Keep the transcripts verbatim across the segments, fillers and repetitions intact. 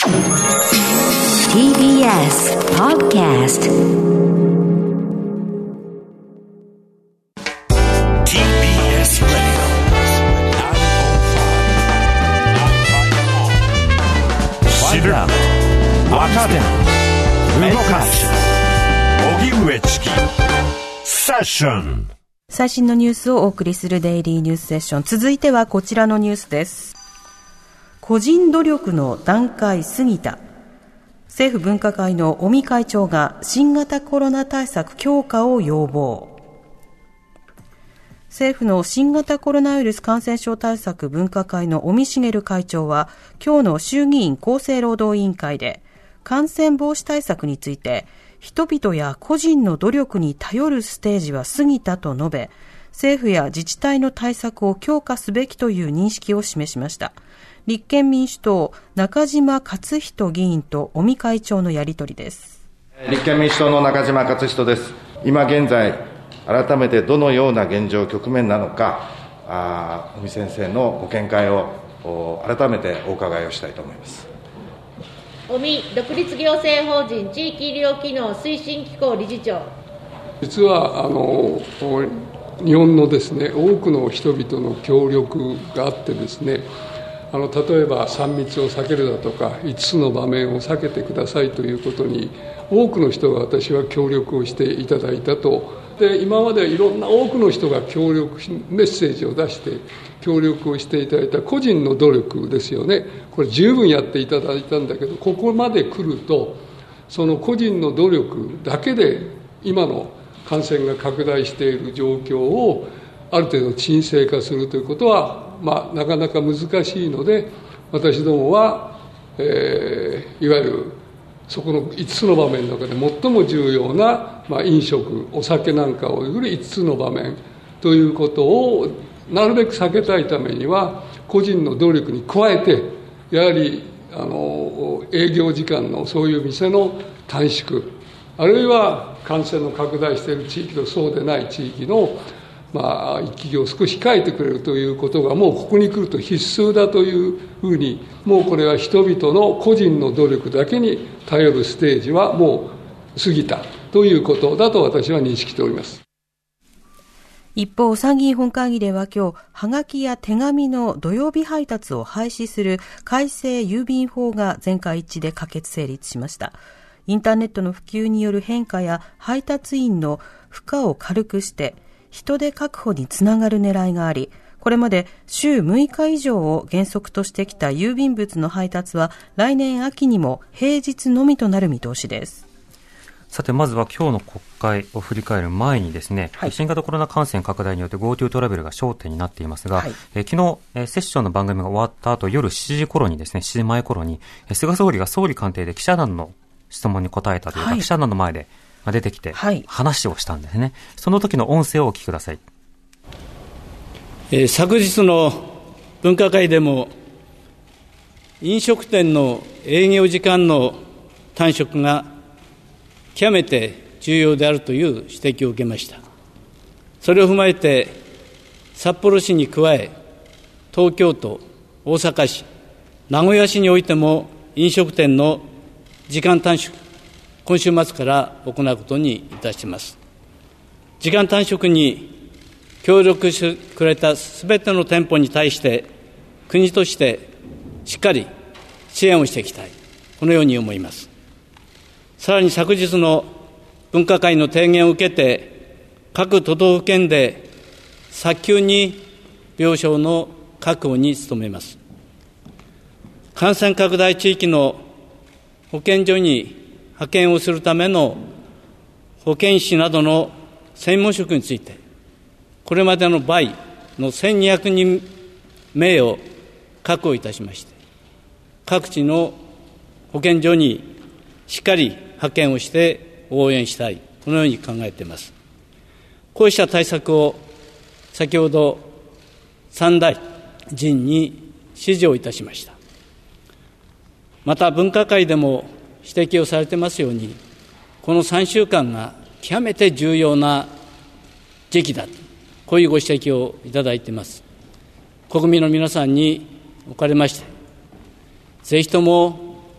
ティービーエス Podcast ティービーエス Radio 知る、若手、動かす、荻上チキセッション。 最新のニュースをお送りするデイリーニュースセッション。続いてはこちらのニュースです。個人努力の段階過ぎた。政府分科会の尾身会長が新型コロナ対策強化を要望。政府の新型コロナウイルス感染症対策分科会の尾身茂会長は今日の衆議院厚生労働委員会で感染防止対策について人々や個人の努力に頼るステージは過ぎたと述べ、政府や自治体の対策を強化すべきという認識を示しました。立憲民主党中島克人議員と尾身会長のやり取りです。 立憲民主党の中島克人です。今現在改めてどのような現状局面なのか、あ尾身先生のご見解を改めてお伺いをしたいと思います。 尾身独立行政法人地域医療機能推進機構理事長。 実はあの日本のですね、多くの人々の協力があってですね、あの例えばさん密を避けるだとかいつつの場面を避けてくださいということに多くの人が私は協力をしていただいたと。で今までいろんな多くの人が協力メッセージを出して協力をしていただいた個人の努力ですよね。これ十分やっていただいたんだけど、ここまで来るとその個人の努力だけで今の感染が拡大している状況をある程度沈静化するということは、まあ、なかなか難しいので、私どもは、えー、いわゆるそこのいつつの場面の中で最も重要な、まあ、飲食、お酒なんかを巡るいつつの場面ということをなるべく避けたいためには、個人の努力に加えて、やはりあの営業時間のそういう店の短縮、あるいは感染の拡大している地域とそうでない地域のまあ、行き来を少し控えてくれるということがもうここに来ると必須だというふうに、もうこれは人々の個人の努力だけに頼るステージはもう過ぎたということだと私は認識しております。 一方、参議院本会議では今日、はがきや手紙の土曜日配達を廃止する改正郵便法が全会一致で可決成立しました。インターネットの普及による変化や配達員の負荷を軽くして人手確保につながる狙いがあり、これまで週むいか以上を原則としてきた郵便物の配達は来年秋にも平日のみとなる見通しです。 さて、まずは今日の国会を振り返る前にですね、はい、新型コロナ感染拡大によって GoTo トラベルが焦点になっていますが、はい、え昨日、えセッションの番組が終わった後、夜しちじ頃にですね、しちじまえ頃に、え菅総理が総理官邸で記者団の質問に答えたというか、はい、記者団の前で出てきて話をしたんですね、はい、その時の音声をお聞きください。 えー、昨日の分科会でも飲食店の営業時間の短縮が極めて重要であるという指摘を受けました。それを踏まえて札幌市に加え東京都、大阪市、名古屋市においても飲食店の時間短縮、今週末から行うことにいたします。時間短縮に協力してくれたすべての店舗に対して国としてしっかり支援をしていきたい、このように思います。さらに昨日の分科会の提言を受けて各都道府県で早急に病床の確保に努めます。感染拡大地域の保健所に派遣をするための保健師などの専門職について、これまでの倍のせんにひゃくにんめいを確保いたしまして、各地の保健所にしっかり派遣をして応援したい、このように考えています。こうした対策を先ほど三大臣に指示をいたしました。また分科会でも指摘をされていますように、このさんしゅうかんが極めて重要な時期だ、こういうご指摘をいただいています。国民の皆さんにおかれまして、ぜひとも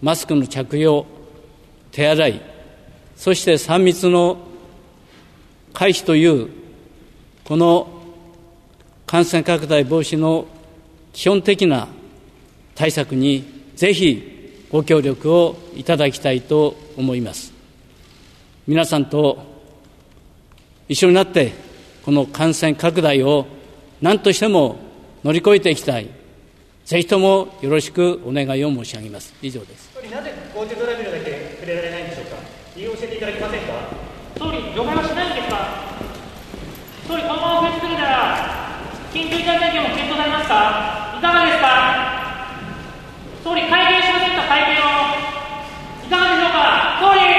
マスクの着用、手洗い、そしてさん密の回避というこの感染拡大防止の基本的な対策にぜひご協力をいただきたいと思います。皆さんと一緒になってこの感染拡大を何としても乗り越えていきたい。ぜひともよろしくお願いを申し上げます。以上です。 総理、なぜ GoTo トラベルだけ触れられないんでしょうか。理由を教えていただけませんか。総理、除外はしないんですか。総理、このまま増え続けたら緊急事態宣言も検討されますか。いかがですか。総理、会見しませんか。会見をいかがでしょうか。総理。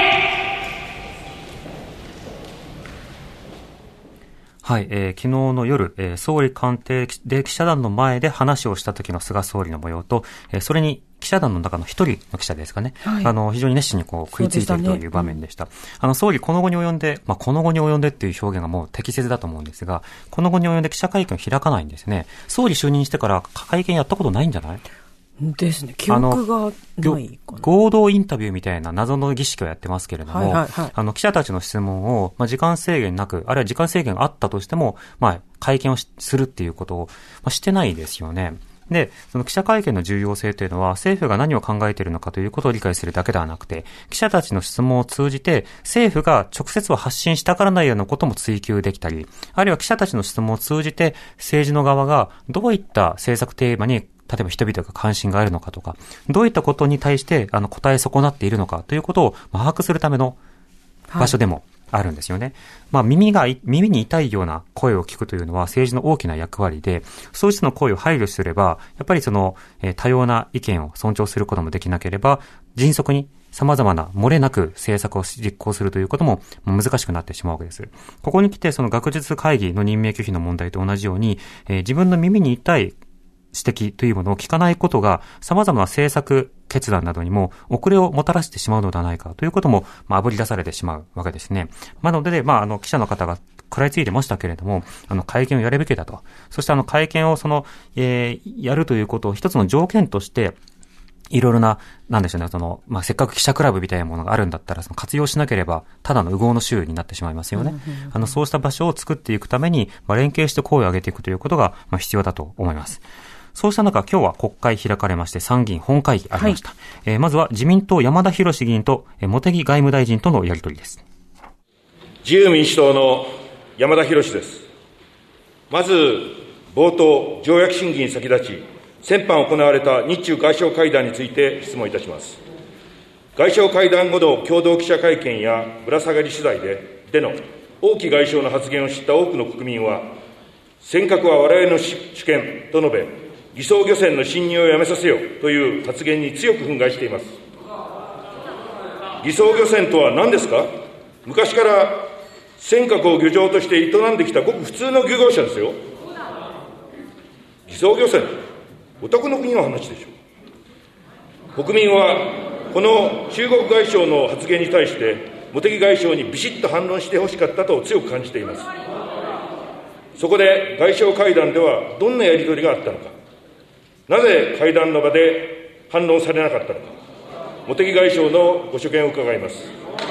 はい、えー、昨日の夜、えー、総理官邸で記者団の前で話をした時の菅総理の模様と、えー、それに記者団の中の一人の記者ですかね、はい、あの非常に熱心にこう食いついているという場面でした。ね、うん、あの総理この後に及んで、まあ、この後に及んでっていう表現がもう適切だと思うんですが、この後に及んで記者会見を開かないんですね。総理就任してから会見やったことないんじゃないですね。記憶がないかな。 合同インタビューみたいな謎の儀式をやってますけれども、はいはいはい、あの記者たちの質問を、まあ、時間制限なく、あるいは時間制限があったとしても、まあ、会見をするっていうことを、まあ、してないですよね。で、その記者会見の重要性というのは、政府が何を考えているのかということを理解するだけではなくて、記者たちの質問を通じて、政府が直接は発信したからないようなことも追求できたり、あるいは記者たちの質問を通じて、政治の側がどういった政策テーマに例えば人々が関心があるのかとか、どういったことに対してあの答え損なっているのかということを把握するための場所でもあるんですよね。はい、まあ耳が、耳に痛いような声を聞くというのは政治の大きな役割で、そうしたの声を配慮すれば、やっぱりその、えー、多様な意見を尊重することもできなければ、迅速に様々な漏れなく政策を実行するということも難しくなってしまうわけです。ここに来てその学術会議の任命拒否の問題と同じように、えー、自分の耳に痛い指摘というものを聞かないことが様々な政策決断などにも遅れをもたらしてしまうのではないかということも、まあ、炙り出されてしまうわけですね。なので、まあ、あの、記者の方が食らいついてましたけれども、あの、会見をやるべきだと。そしてあの、会見をその、えー、やるということを一つの条件として、いろいろな、なんでしょうね、その、まあ、せっかく記者クラブみたいなものがあるんだったら、その活用しなければ、ただの右往の衆になってしまいますよね。うんうんうん、あの、そうした場所を作っていくために、まあ、連携して声を上げていくということが、まあ、必要だと思います。そうした中、今日は国会開かれまして参議院本会議ありました。はい、えー、まずは自民党山田博議員と、えー、茂木外務大臣とのやり取りです。 自由民主党の山田博です。まず、冒頭、条約審議に先立ち、先般行われた日中外相会談について質問いたします。外相会談後の共同記者会見やぶら下がり取材で、での王毅外相の発言を知った多くの国民は、尖閣は我々の主権と述べ、偽装漁船の侵入をやめさせよという発言に強く憤慨しています。偽装漁船とは何ですか。昔から尖閣を漁場として営んできたごく普通の漁業者ですよ。偽装漁船、お宅の国の話でしょう。国民はこの中国外相の発言に対して茂木外相にビシッと反論してほしかったと強く感じています。そこで外相会談ではどんなやり取りがあったのか、なぜ会談の場で反論されなかったのか、茂木外相のご所見を伺います。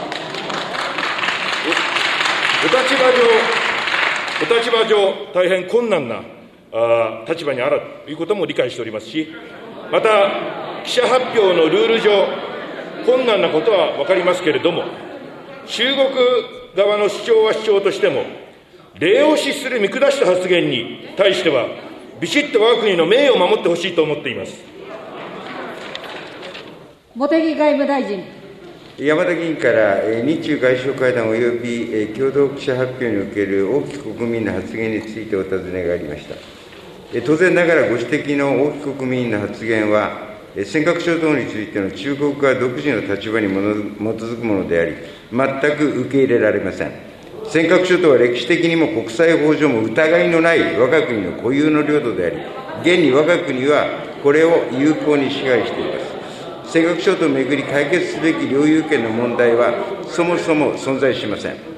お立場上、お立場上、大変困難なあ立場にあるということも理解しておりますし、また、記者発表のルール上、困難なことは分かりますけれども、中国側の主張は主張としても、礼を失する見下した発言に対しては、ビシッと我が国の名誉を守ってほしいと思っています。 茂木外務大臣。 山田議員から日中外相会談及び共同記者発表における王毅国民の発言についてお尋ねがありました。当然ながらご指摘の王毅国民の発言は、尖閣諸島についての中国側独自の立場に基づくものであり、全く受け入れられません。尖閣諸島は歴史的にも国際法上も疑いのない我が国の固有の領土であり、現に我が国はこれを有効に支配しています。尖閣諸島をめぐり解決すべき領有権の問題はそもそも存在しません。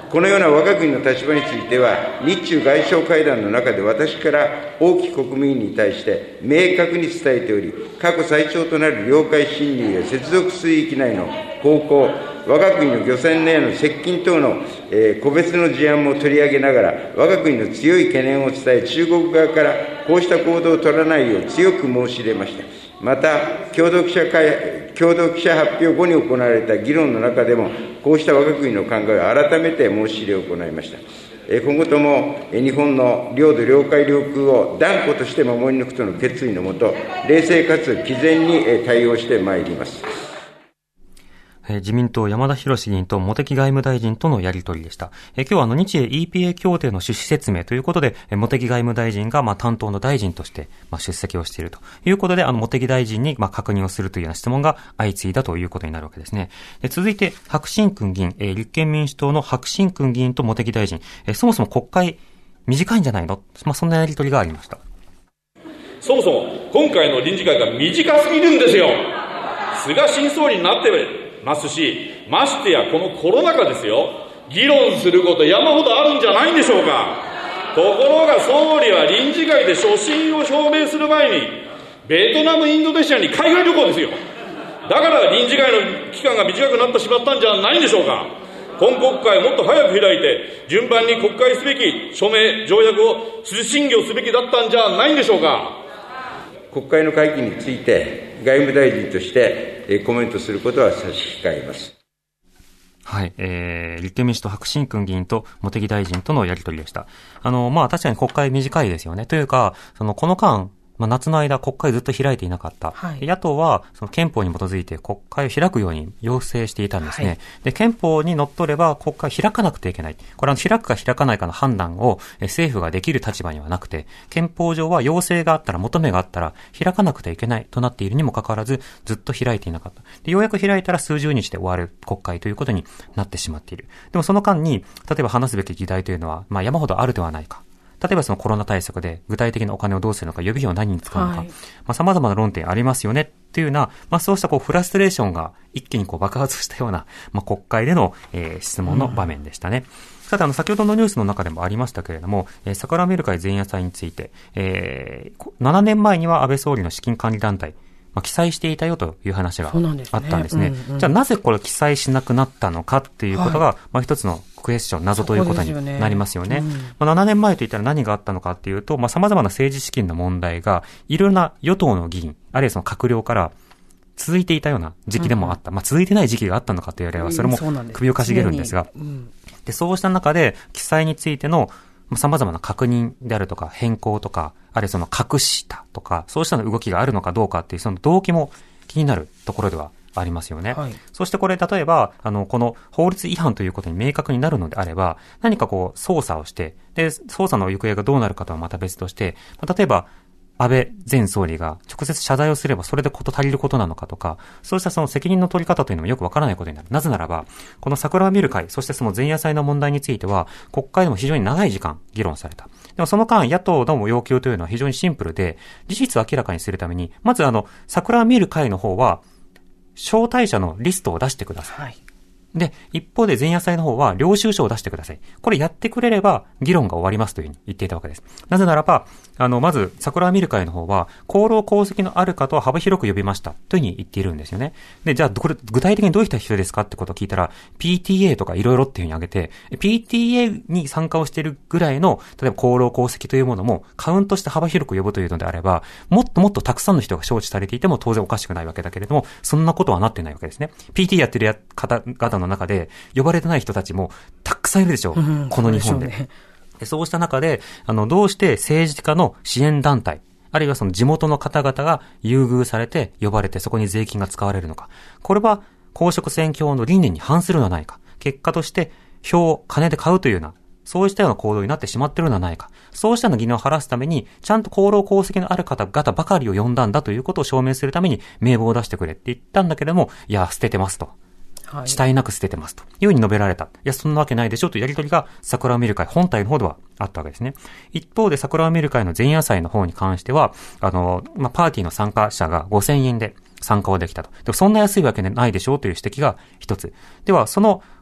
このような我が国の立場については、日中外相会談の中で私から王毅国民に対して明確に伝えており、過去最長となる領海侵入や接続水域内の航行、我が国の漁船への接近等の、えー、個別の事案も取り上げながら、我が国の強い懸念を伝え、中国側からこうした行動を取らないよう強く申し入れました。また、共同記者会、共同記者発表後に行われた議論の中でも、こうした我が国の考えを改めて申し入れを行いました。今後とも日本の領土、領海、領空を断固として守り抜くとの決意のもと、冷静かつ毅然に対応してまいります。 自民党山田博議員と茂木外務大臣とのやり取りでした。え今日はあの日英 イーピーエー 協定の趣旨説明ということで、茂木外務大臣がまあ担当の大臣としてまあ出席をしているということで、あの茂木大臣にまあ確認をするというような質問が相次いだということになるわけですね。で続いて白新君議員、え立憲民主党の白新君議員と茂木大臣、えそもそも国会短いんじゃないの、まあそんなやり取りがありました。 そもそも今回の臨時会が短すぎるんですよ。菅新総理になってますし、ましてやこのコロナ禍ですよ、議論すること山ほどあるんじゃないんでしょうか。ところが総理は臨時会で所信を表明する前にベトナム、インドネシアに海外旅行ですよ。だから臨時会の期間が短くなってしまったんじゃないんでしょうか。今国会もっと早く開いて順番に国会すべき署名条約を審議をすべきだったんじゃないんでしょうか。 国会の会期について外務大臣としてコメントすることは差し控えます。 はい、えー、立憲民主党白新君議員と茂木大臣とのやり取りでした。あの、まあ、確かに国会短いですよね。というか、その、この間、まあ、夏の間国会ずっと開いていなかった。はい、野党はその憲法に基づいて国会を開くように要請していたんですね。はい、で、憲法にのっとれば国会を開かなくてはいけない。これは開くか開かないかの判断を政府ができる立場にはなくて、憲法上は要請があったら、求めがあったら開かなくてはいけないとなっているにもかかわらず、ずっと開いていなかった。で、ようやく開いたら数十日で終わる国会ということになってしまっている。でもその間に、例えば話すべき議題というのは、まあ山ほどあるではないか。例えばそのコロナ対策で具体的なお金をどうするのか、予備費を何に使うのか、はい、まあ様々な論点ありますよねっていうような、まあそうしたこうフラストレーションが一気にこう爆発したような、まあ国会での、えー、質問の場面でしたね。うん、さてあの先ほどのニュースの中でもありましたけれども、えー、桜を見る会前夜祭について、えー、ななねんまえには安倍総理の資金管理団体、まあ、記載していたよという話があったんですね。うんうん、じゃあなぜこれ記載しなくなったのかっていうことが、はい、まあ一つのクエスチョン、謎ということになりますよね。よねうんまあ、ななねんまえといったら何があったのかっていうと、まあ様々な政治資金の問題がいろいろな与党の議員、あるいはその閣僚から続いていたような時期でもあった。うん、まあ続いてない時期があったのかというよりは、それも首をかしげるんですが、うん、でそうした中で記載についての様々な確認であるとか変更とか、あるいはその隠したとか、そうした動きがあるのかどうかっていうその動機も気になるところではありますよね。はい、そしてこれ例えば、あの、この法律違反ということに明確になるのであれば、何かこう捜査をして、で、捜査の行方がどうなるかとはまた別として、例えば、安倍前総理が直接謝罪をすればそれでこと足りることなのかとか、そうしたその責任の取り方というのもよくわからないことになる。なぜならば、この桜を見る会、そしてその前夜祭の問題については、国会でも非常に長い時間議論された。でもその間、野党の要求というのは非常にシンプルで、事実を明らかにするために、まずあの、桜を見る会の方は、招待者のリストを出してください。はいで、一方で前夜祭の方は領収書を出してください。これやってくれれば議論が終わりますというふうに言っていたわけです。なぜならば、あの、まず、桜を見る会の方は、功労功績のある方を幅広く呼びましたというふうに言っているんですよね。で、じゃあ、これ、具体的にどういった人ですかってことを聞いたら、ピーティーエー とかいろいろっていうふうに挙げて、ピーティーエー に参加をしているぐらいの、例えば功労功績というものもカウントして幅広く呼ぶというのであれば、もっともっとたくさんの人が招致されていても当然おかしくないわけだけれども、そんなことはなってないわけですね。ピーティーエー やってる方々の中で、呼ばれてない人たちもたくさんいるでしょう。うん、この日本で。そうでしょうね。で、そうした中で、あの、どうして政治家の支援団体、あるいはその地元の方々が優遇されて呼ばれてそこに税金が使われるのか。これは公職選挙法の理念に反するのではないか。結果として票を金で買うというような、そうしたような行動になってしまっているのではないか。そうしたような疑念を晴らすために、ちゃんと功労功績のある方々ばかりを呼んだんだということを証明するために名簿を出してくれって言ったんだけれども、いや、捨ててますと。はい、したいなく捨ててますというふうに述べられた。いや、そんなわけないでしょというやりとりが桜を見る会本体の方ではあったわけですね。一方で桜を見る会の前夜祭の方に関しては、あの、まあ、パーティーの参加者がごせんえんで参加をできたと。でもそんな安いわけないでしょうという指摘が一つ。では、その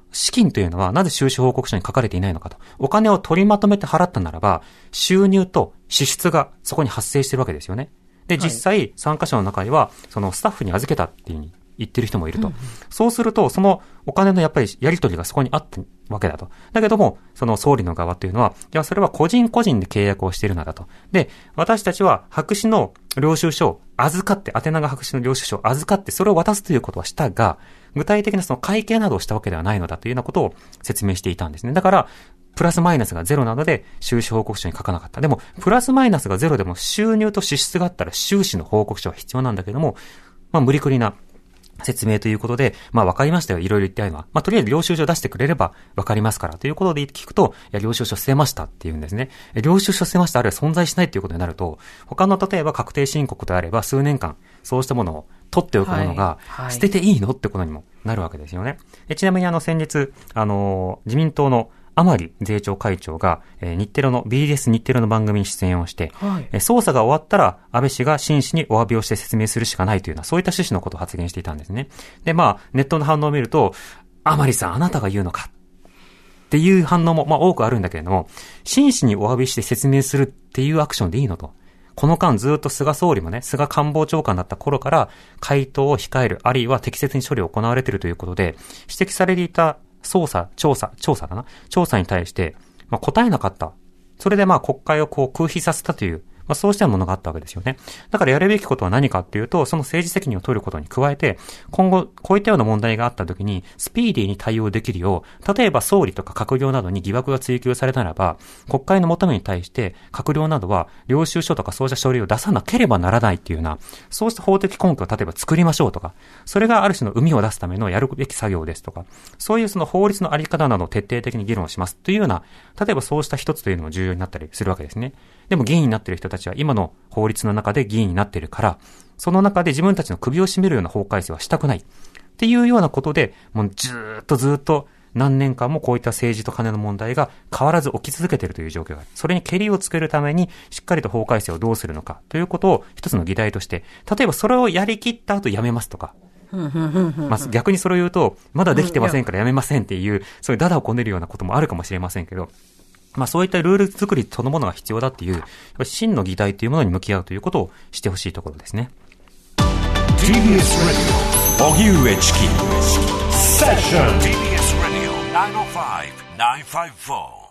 資金というのはなぜ収支報告書に書かれていないのかと。お金を取りまとめて払ったならば、収入と支出がそこに発生しているわけですよね。で、実際、参加者の中には、そのスタッフに預けたっていうふうに言ってる人もいると。うんうん、そうすると、そのお金のやっぱりやり取りがそこにあったわけだと。だけども、その総理の側というのは、いや、それは個人個人で契約をしているのだと。で、私たちは白紙の領収書を預かって、宛名が白紙の領収書を預かって、それを渡すということはしたが、具体的なその会計などをしたわけではないのだというようなことを説明していたんですね。だから、プラスマイナスがゼロなので収支報告書に書かなかった。でも、プラスマイナスがゼロでも収入と支出があったら収支の報告書は必要なんだけども、まあ無理くりな説明ということで、まあ分かりましたよ。いろいろ言ってあるのは。まあとりあえず領収書出してくれれば分かりますからということで聞くと、いや領収書捨てましたっていうんですね。領収書捨てましたあるいは存在しないということになると、他の例えば確定申告であれば数年間そうしたものを取っておくものが捨てていいのってことにもなるわけですよね。ちなみにあの先日、あの、自民党の甘利税調会長が、えー、日テレの ビーエス 日テレの番組に出演をして、はい、えー、捜査が終わったら安倍氏が真摯にお詫びをして説明するしかないというようなそういった趣旨のことを発言していたんですね。で、まあネットの反応を見ると、甘利さんあなたが言うのかっていう反応もまあ多くあるんだけれども、真摯にお詫びして説明するっていうアクションでいいのと。この間ずっと菅総理もね、菅官房長官だった頃から回答を控える、あるいは適切に処理を行われているということで、指摘されていた捜査、調査、調査だな。調査に対して、まあ、答えなかった。それでまあ国会をこう空飛させたという、まあそうしたものがあったわけですよね。だからやるべきことは何かっていうと、その政治責任を取ることに加えて、今後こういったような問題があった時にスピーディーに対応できるよう、例えば総理とか閣僚などに疑惑が追及されたならば、国会の求めに対して閣僚などは領収書とかそうした書類を出さなければならないっていうような、そうした法的根拠を例えば作りましょうとか、それがある種の膿を出すためのやるべき作業ですとか、そういうその法律のあり方などを徹底的に議論しますというような、例えばそうした一つというのも重要になったりするわけですね。でも議員になっている人たちは今の法律の中で議員になっているから、その中で自分たちの首を絞めるような法改正はしたくないっていうようなことで、もうずーっとずーっと何年間もこういった政治と金の問題が変わらず起き続けているという状況がある。それにケリをつけるためにしっかりと法改正をどうするのかということを一つの議題として、例えばそれをやりきった後やめますとか、まあ、逆にそれを言うとまだできてませんからやめませんっていう、そういうダダをこねるようなこともあるかもしれませんけど、まあそういったルール作りそのものが必要だっていう、やっぱり真の議題というものに向き合うということをしてほしいところですね。 ティービーエス Radio 荻上チキセッション ティービーエス Radio ナインオーファイブ ナインファイブフォー